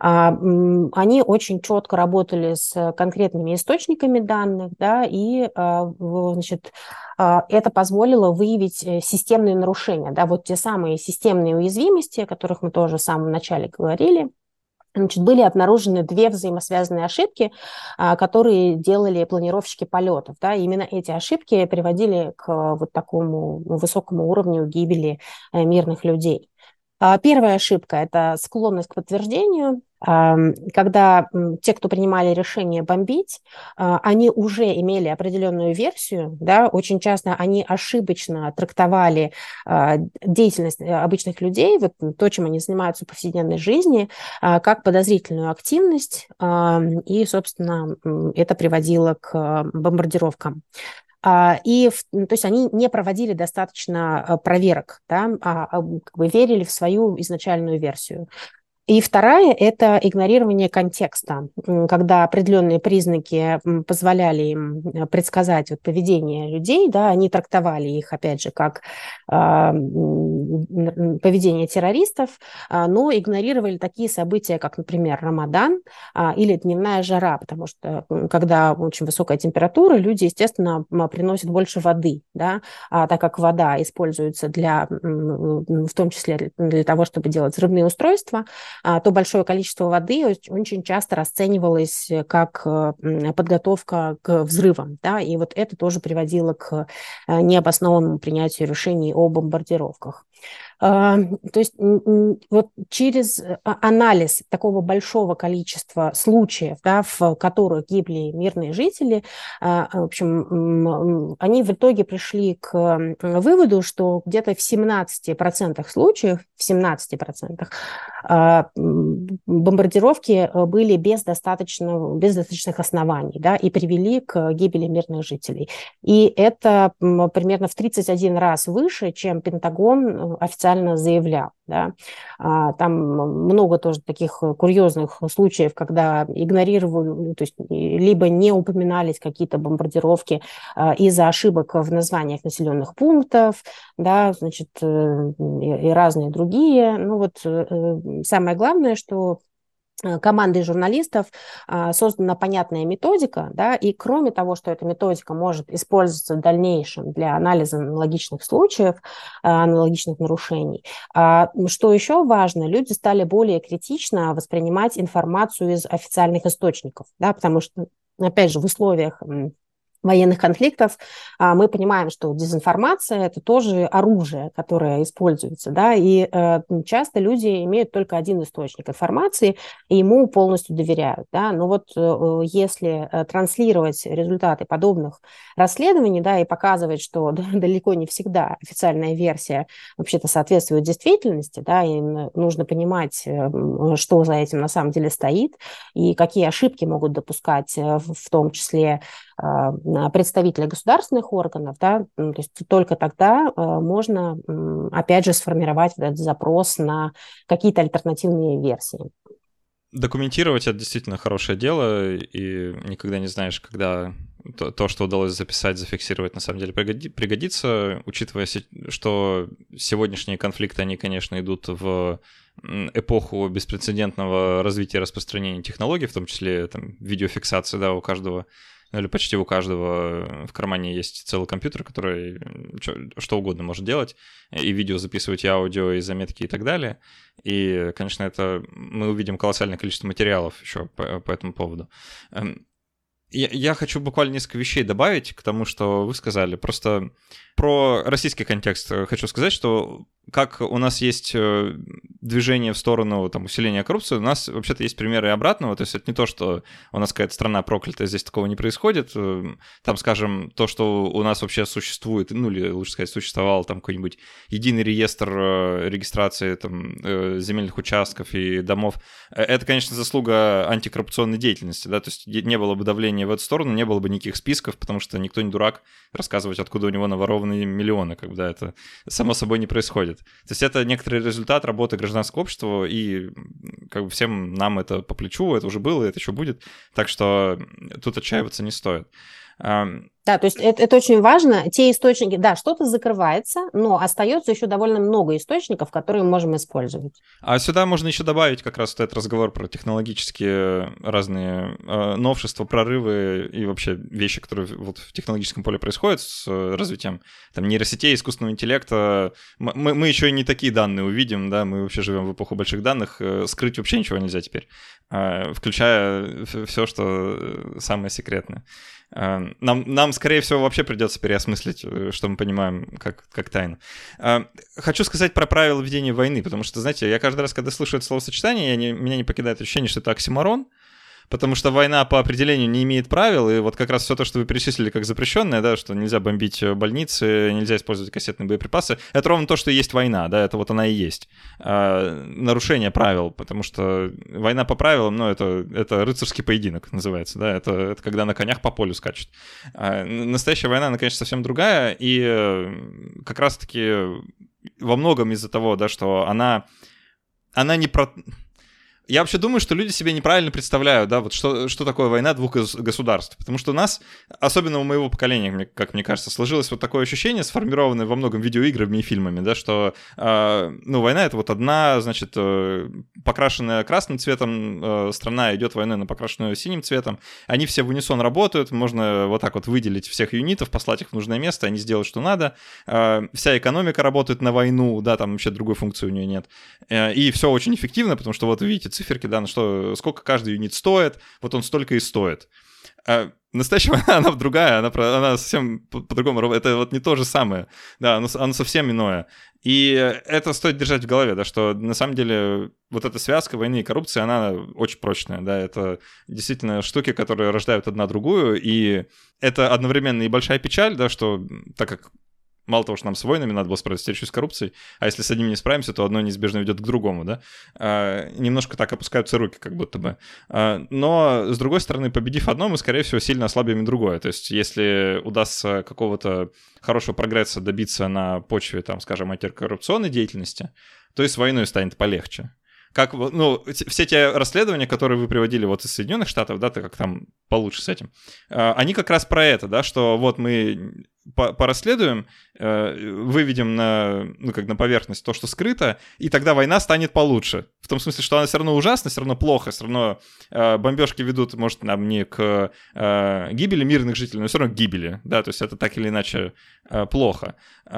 Они очень четко работали с конкретными источниками данных, да, и значит, это позволило выявить системные нарушения, да, вот те самые системные уязвимости, о которых мы тоже в самом начале говорили. Значит, были обнаружены две взаимосвязанные ошибки, которые делали планировщики полетов. Да, и именно эти ошибки приводили к вот такому высокому уровню гибели мирных людей. Первая ошибка – это склонность к подтверждению. Когда те, кто принимали решение бомбить, они уже имели определенную версию, да, очень часто они ошибочно трактовали деятельность обычных людей, вот то, чем они занимаются в повседневной жизни, как подозрительную активность, и, собственно, это приводило к бомбардировкам. И, то есть, они не проводили достаточно проверок, да, а как бы верили в свою изначальную версию. И вторая – это игнорирование контекста, когда определенные признаки позволяли им предсказать вот поведение людей, да, они трактовали их, опять же, как э, поведение террористов, но игнорировали такие события, как, например, Рамадан э, или дневная жара, потому что, когда очень высокая температура, люди, естественно, приносят больше воды, да, а так как вода используется для, в том числе для того, чтобы делать взрывные устройства, то большое количество воды очень часто расценивалось как подготовка к взрывам, да, и вот это тоже приводило к необоснованному принятию решений о бомбардировках. То есть вот через анализ такого большого количества случаев, да, в которых гибли мирные жители, в общем, они в итоге пришли к выводу, что где-то в семнадцати процентах случаев, в семнадцати процентах бомбардировки были без, достаточно, без достаточных оснований, да, и привели к гибели мирных жителей. И это примерно в тридцать один раз выше, чем Пентагон официально официально заявлял. Да. Там много тоже таких курьезных случаев, когда игнорировали, то есть либо не упоминались какие-то бомбардировки из-за ошибок в названиях населенных пунктов, да, значит, и, и разные другие. Ну вот самое главное, что командой журналистов а, создана понятная методика, да, и кроме того, что эта методика может использоваться в дальнейшем для анализа аналогичных случаев, а, аналогичных нарушений, а, что еще важно, люди стали более критично воспринимать информацию из официальных источников, да, потому что, опять же, в условиях военных конфликтов, мы понимаем, что дезинформация – это тоже оружие, которое используется, да, и э, часто люди имеют только один источник информации, и ему полностью доверяют, да, но вот э, если транслировать результаты подобных расследований, да, и показывать, что да, далеко не всегда официальная версия вообще-то соответствует действительности, да, и нужно понимать, что за этим на самом деле стоит, и какие ошибки могут допускать, в том числе представителя государственных органов, да, то есть только тогда можно, опять же, сформировать этот запрос на какие-то альтернативные версии. Документировать — это действительно хорошее дело, и никогда не знаешь, когда то, то что удалось записать, зафиксировать, на самом деле пригоди, пригодится, учитывая, что сегодняшние конфликты, они, конечно, идут в эпоху беспрецедентного развития и распространения технологий, в том числе там, видеофиксации, да, у каждого, или почти у каждого в кармане есть целый компьютер, который что угодно может делать, и видео записывать, и аудио, и заметки, и так далее. И, конечно, это мы увидим колоссальное количество материалов еще по, по этому поводу. Я, я хочу буквально несколько вещей добавить к тому, что вы сказали. Просто про российский контекст хочу сказать, что как у нас есть движение в сторону там, усиления коррупции, у нас вообще-то есть примеры обратного. То есть это не то, что у нас какая-то страна проклятая, здесь такого не происходит. Там, скажем, то, что у нас вообще существует, ну или, лучше сказать, существовал там какой-нибудь единый реестр регистрации там, земельных участков и домов, это, конечно, заслуга антикоррупционной деятельности, да, то есть не было бы давления в эту сторону, не было бы никаких списков, потому что никто не дурак рассказывать, откуда у него наворованные миллионы, когда это само собой не происходит. То есть это некоторый результат работы гражданского общества, и как бы всем нам это по плечу, это уже было, это еще будет, так что тут отчаиваться не стоит. Да, то есть это, это очень важно. Те источники, да, что-то закрывается, но остается еще довольно много источников, которые мы можем использовать. А сюда можно еще добавить как раз вот этот разговор про технологические разные э, новшества, прорывы и вообще вещи, которые вот в технологическом поле происходят с развитием там, нейросетей, искусственного интеллекта. Мы, мы еще и не такие данные увидим, да, мы вообще живем в эпоху больших данных, скрыть вообще ничего нельзя теперь, э, включая все, что самое секретное. Нам, нам, скорее всего, вообще придется переосмыслить, что мы понимаем как, как тайну. Хочу сказать про правила ведения войны, потому что, знаете, я каждый раз, когда слышу это словосочетание, я не, меня не покидает ощущение, что это оксиморон, потому что война по определению не имеет правил, и вот как раз все то, что вы перечислили как запрещенное, да, что нельзя бомбить больницы, нельзя использовать кассетные боеприпасы, это ровно то, что и есть война, да, это вот она и есть. А, нарушение правил, потому что война по правилам, ну, это, это рыцарский поединок называется, да, это, это когда на конях по полю скачут. А, настоящая война, она, конечно, совсем другая, и как раз-таки во многом из-за того, да, что она, она не про... Я вообще думаю, что люди себе неправильно представляют, да, вот что, что такое война двух государств. Потому что у нас, особенно у моего поколения, как мне кажется, сложилось вот такое ощущение, сформированное во многом видеоиграми и фильмами, да, что, э, ну, война — это вот одна, значит, э, покрашенная красным цветом э, страна идет войной на покрашенную синим цветом. Они все в унисон работают, можно вот так вот выделить всех юнитов, послать их в нужное место, они сделают, что надо. Э, вся экономика работает на войну, да, там вообще другой функции у нее нет. Э, и все очень эффективно, потому что вот видите, циферки, да, на что, сколько каждый юнит стоит, вот он столько и стоит. А настоящая война, она другая, она, она совсем по-другому, это вот не то же самое, да, оно, оно совсем иное. И это стоит держать в голове, да, что на самом деле вот эта связка войны и коррупции, она очень прочная, да, это действительно штуки, которые рождают одна другую, и это одновременно и большая печаль, да, что так как Мало того, что нам с войнами надо было справиться, теперь еще с коррупцией, а если с одним не справимся, то одно неизбежно ведет к другому, да? А, немножко так опускаются руки, как будто бы. А, но, с другой стороны, победив одно, мы, скорее всего, сильно ослабим и другое. То есть, если удастся какого-то хорошего прогресса добиться на почве, там, скажем, антикоррупционной деятельности, то и с войной станет полегче. Как, ну, все те расследования, которые вы приводили вот из Соединенных Штатов, да, так как там получше с этим, они как раз про это, да, что вот мы порасследуем, выведем на, ну, как на поверхность то, что скрыто, и тогда война станет получше. В том смысле, что она все равно ужасна, все равно плохо, все равно бомбежки ведут, может, нам не к гибели мирных жителей, но все равно к гибели, да, то есть это так или иначе плохо.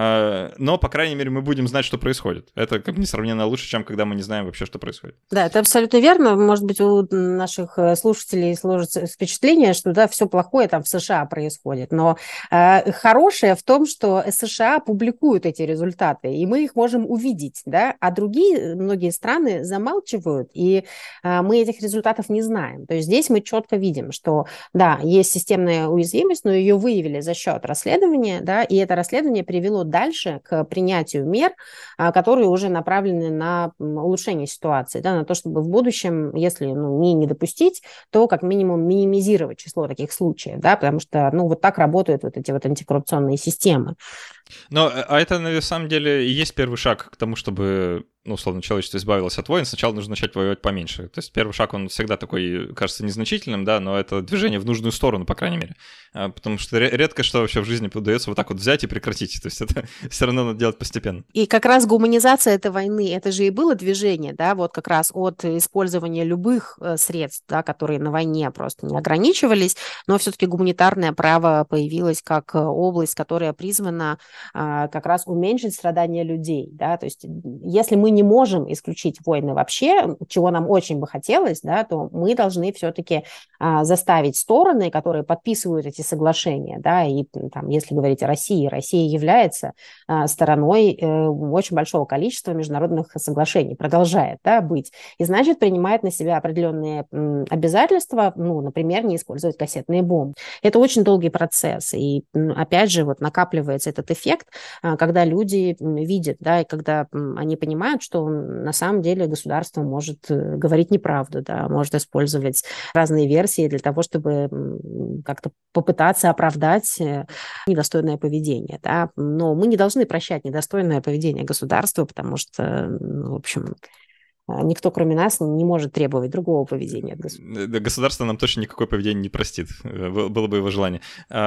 Но, по крайней мере, мы будем знать, что происходит. Это как бы несравненно лучше, чем когда мы не знаем вообще, что происходит. Да, это абсолютно верно. Может быть, у наших слушателей сложится впечатление, что да, все плохое там в США происходит, но э, хорошее в том, что США публикуют эти результаты, и мы их можем увидеть, да, а другие, многие страны замалчивают, и э, мы этих результатов не знаем. То есть здесь мы четко видим, что, да, есть системная уязвимость, но ее выявили за счет расследования, да, и это расследование привело дальше к принятию мер, э, которые уже направлены на улучшение ситуации, да, на то, чтобы в будущем, если ну, не, не допустить, то как минимум минимизировать число таких случаев, да, потому что, ну, вот так работают вот эти вот антикоррупционные системы. Но, а это, на самом деле, и есть первый шаг к тому, чтобы, ну, условно, человечество избавилось от войн. Сначала нужно начать воевать поменьше. То есть первый шаг, он всегда такой, кажется, незначительным, да, но это движение в нужную сторону, по крайней мере. Потому что редко что вообще в жизни удается вот так вот взять и прекратить. То есть это все равно надо делать постепенно. И как раз гуманизация этой войны, это же и было движение, да, вот как раз от использования любых средств, да, которые на войне просто не ограничивались, но все-таки гуманитарное право появилось как область, которая призвана как раз уменьшить страдания людей, да, то есть если мы не можем исключить войны вообще, чего нам очень бы хотелось, да, то мы должны все-таки заставить стороны, которые подписывают эти соглашения, да, и там, если говорить о России, Россия является стороной очень большого количества международных соглашений, продолжает, да, быть, и значит принимает на себя определенные обязательства, ну, например, не использовать кассетные бомбы. Это очень долгий процесс, и опять же вот накапливается этот эффект, когда люди видят, да, и когда они понимают, что на самом деле государство может говорить неправду, да, может использовать разные версии для того, чтобы как-то попытаться оправдать недостойное поведение, да, но мы не должны прощать недостойное поведение государства, потому что, в общем, никто, кроме нас, не может требовать другого поведения от государства. Государство нам точно никакое поведение не простит, было бы его желание.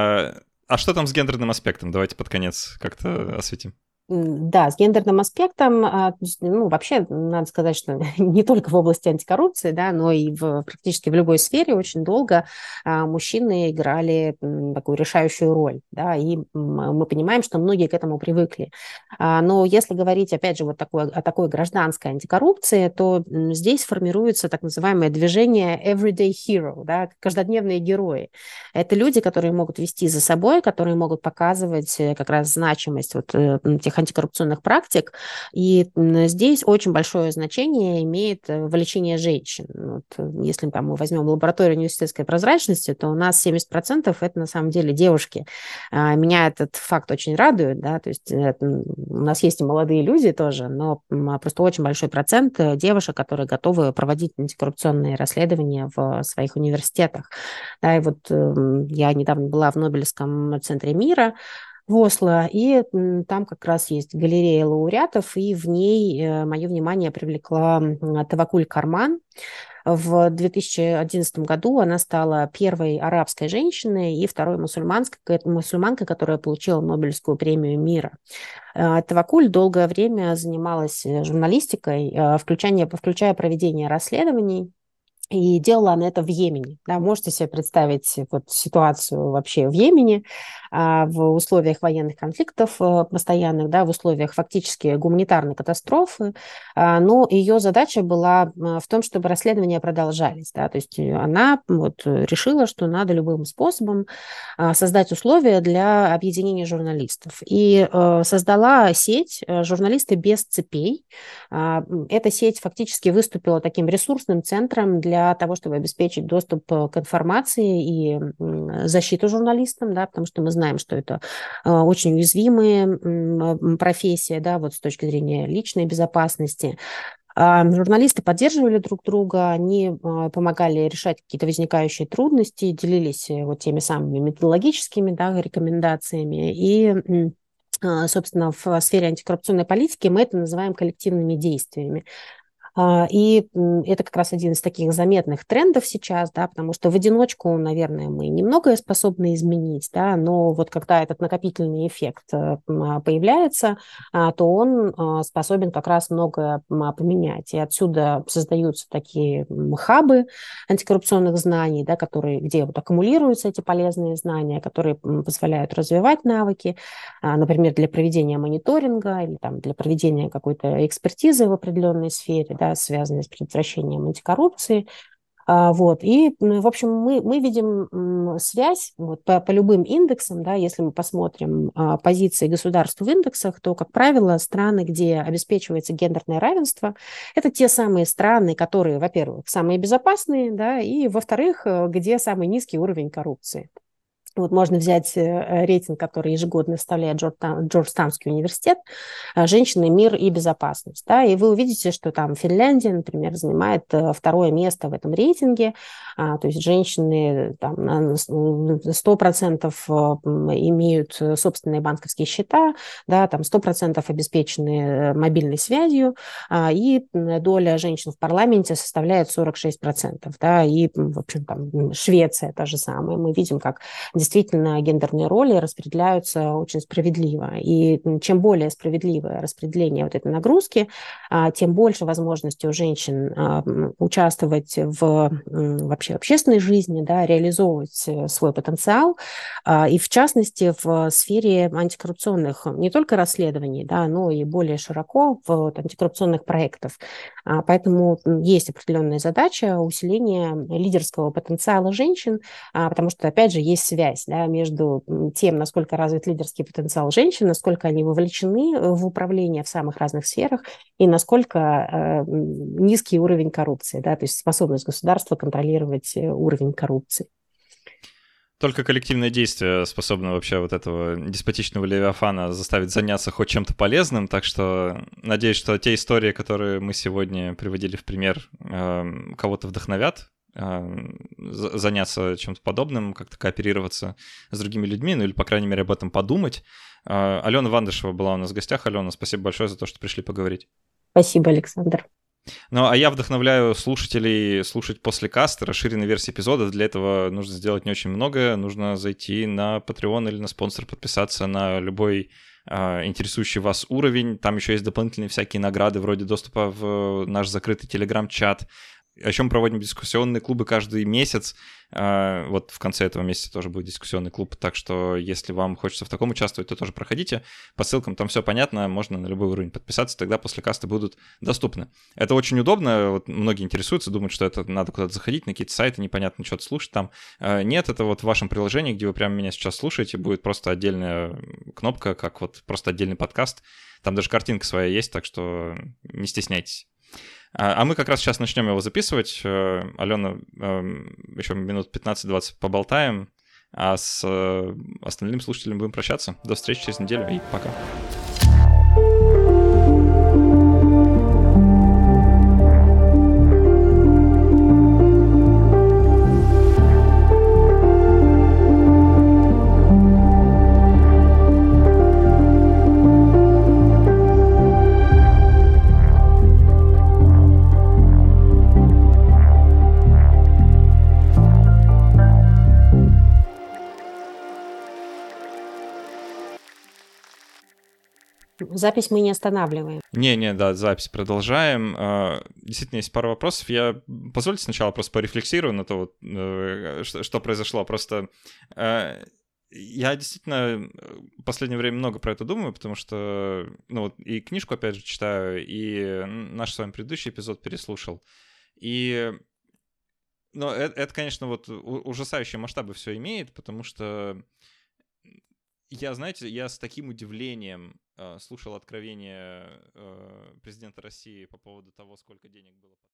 А что там с гендерным аспектом? Давайте под конец как-то осветим. Да, с гендерным аспектом, ну, вообще, надо сказать, что не только в области антикоррупции, да, но и в, практически в любой сфере очень долго мужчины играли такую решающую роль, да, и мы понимаем, что многие к этому привыкли. Но если говорить, опять же, вот такой, о такой гражданской антикоррупции, то здесь формируется так называомое движение everyday hero, да, каждодневные герои. Это люди, которые могут вести за собой, которые могут показывать как раз значимость вот тех антикоррупционных практик, и здесь очень большое значение имеет вовлечение женщин. Вот, если там, мы возьмем лабораторию университетской прозрачности, то у нас семьдесят процентов это на самом деле девушки. Меня этот факт очень радует, да, то есть это, у нас есть и молодые люди тоже, но просто очень большой процент девушек, которые готовы проводить антикоррупционные расследования в своих университетах. Да, и вот я недавно была в Нобелевском центре мира в Осло, и там как раз есть галерея лауреатов, и в ней мое внимание привлекла Тавакуль Карман. В две тысячи одиннадцатом году она стала первой арабской женщиной и второй мусульманской, мусульманкой, которая получила Нобелевскую премию мира. Тавакуль долгое время занималась журналистикой, включая, включая проведение расследований. И делала она это в Йемене. Да, можете себе представить вот ситуацию вообще в Йемене, в условиях военных конфликтов постоянных, да, в условиях фактически гуманитарной катастрофы. Но ее задача была в том, чтобы расследования продолжались. Да, то есть она вот решила, что надо любым способом создать условия для объединения журналистов. И создала сеть «Журналисты без цепей». Эта сеть фактически выступила таким ресурсным центром для для того, чтобы обеспечить доступ к информации и защиту журналистам, да, потому что мы знаем, что это очень уязвимые профессии, да, вот с точки зрения личной безопасности. Журналисты поддерживали друг друга, они помогали решать какие-то возникающие трудности, делились вот теми самыми методологическими, да, рекомендациями. И, собственно, в сфере антикоррупционной политики мы это называем коллективными действиями. И это как раз один из таких заметных трендов сейчас, да, потому что в одиночку, наверное, мы немногое способны изменить, да, но вот когда этот накопительный эффект появляется, то он способен как раз многое поменять. И отсюда создаются такие хабы антикоррупционных знаний, да, которые, где вот аккумулируются эти полезные знания, которые позволяют развивать навыки, например, для проведения мониторинга или там, для проведения какой-то экспертизы в определенной сфере, да, связанные с предотвращением антикоррупции. Вот. И, в общем, мы, мы видим связь вот, по, по любым индексам, да, если мы посмотрим позиции государств в индексах, то, как правило, страны, где обеспечивается гендерное равенство, это те самые страны, которые, во-первых, самые безопасные, да, и, во-вторых, где самый низкий уровень коррупции. Вот можно взять рейтинг, который ежегодно выставляет Джорджтаунский университет «Женщины, мир и безопасность». Да, и вы увидите, что там Финляндия, например, занимает второе место в этом рейтинге. То есть женщины там, на сто процентов имеют собственные банковские счета, да, там сто процентов обеспечены мобильной связью, и доля женщин в парламенте составляет сорок шесть процентов. Да, и, в общем, там Швеция та же самая. Мы видим, как действительно гендерные роли распределяются очень справедливо. И чем более справедливое распределение вот этой нагрузки, тем больше возможностей у женщин участвовать в вообще общественной жизни, да, реализовывать свой потенциал. И в частности в сфере антикоррупционных не только расследований, да, но и более широко в антикоррупционных проектов. Поэтому есть определенная задача усиления лидерского потенциала женщин, потому что, опять же, есть связь, да, между тем, насколько развит лидерский потенциал женщин, насколько они вовлечены в управление в самых разных сферах и насколько э, низкий уровень коррупции, да, то есть способность государства контролировать уровень коррупции. Только коллективное действие способно вообще вот этого деспотичного левиафана заставить заняться хоть чем-то полезным, так что надеюсь, что те истории, которые мы сегодня приводили в пример, э, кого-то вдохновят заняться чем-то подобным, как-то кооперироваться с другими людьми, ну или, по крайней мере, об этом подумать. Алена Вандышева была у нас в гостях. Алена, спасибо большое за то, что пришли поговорить. Спасибо, Александр. Ну, а я вдохновляю слушателей слушать после каста, расширенной версии эпизодов. Для этого нужно сделать не очень много. Нужно зайти на Patreon или на спонсор, подписаться на любой э, интересующий вас уровень. Там еще есть дополнительные всякие награды, вроде доступа в наш закрытый телеграм-чат. О чем проводим дискуссионные клубы каждый месяц. Вот в конце этого месяца тоже будет дискуссионный клуб, так что если вам хочется в таком участвовать, то тоже проходите. По ссылкам там все понятно, можно на любой уровень подписаться, тогда после каста будут доступны. Это очень удобно, вот многие интересуются, думают, что это надо куда-то заходить, на какие-то сайты, непонятно что-то слушать там. Нет, это вот в вашем приложении, где вы прямо меня сейчас слушаете, будет просто отдельная кнопка, как вот просто отдельный подкаст. Там даже картинка своя есть, так что не стесняйтесь. А мы как раз сейчас начнем его записывать. Алена, еще минут пятнадцать-двадцать поболтаем, а с остальным слушателям будем прощаться. До встречи через неделю и пока. Запись мы не останавливаем. Не-не, да, запись продолжаем. Действительно, есть пара вопросов. Я, позвольте сначала просто порефлексирую на то, что, что произошло. Просто я действительно в последнее время много про это думаю, потому что, ну вот, и книжку, опять же, читаю, и наш с вами предыдущий эпизод переслушал. И, ну, это, это конечно, вот ужасающие масштабы все имеет, потому что я, знаете, я с таким удивлением э, слушал откровение э, президента России по поводу того, сколько денег было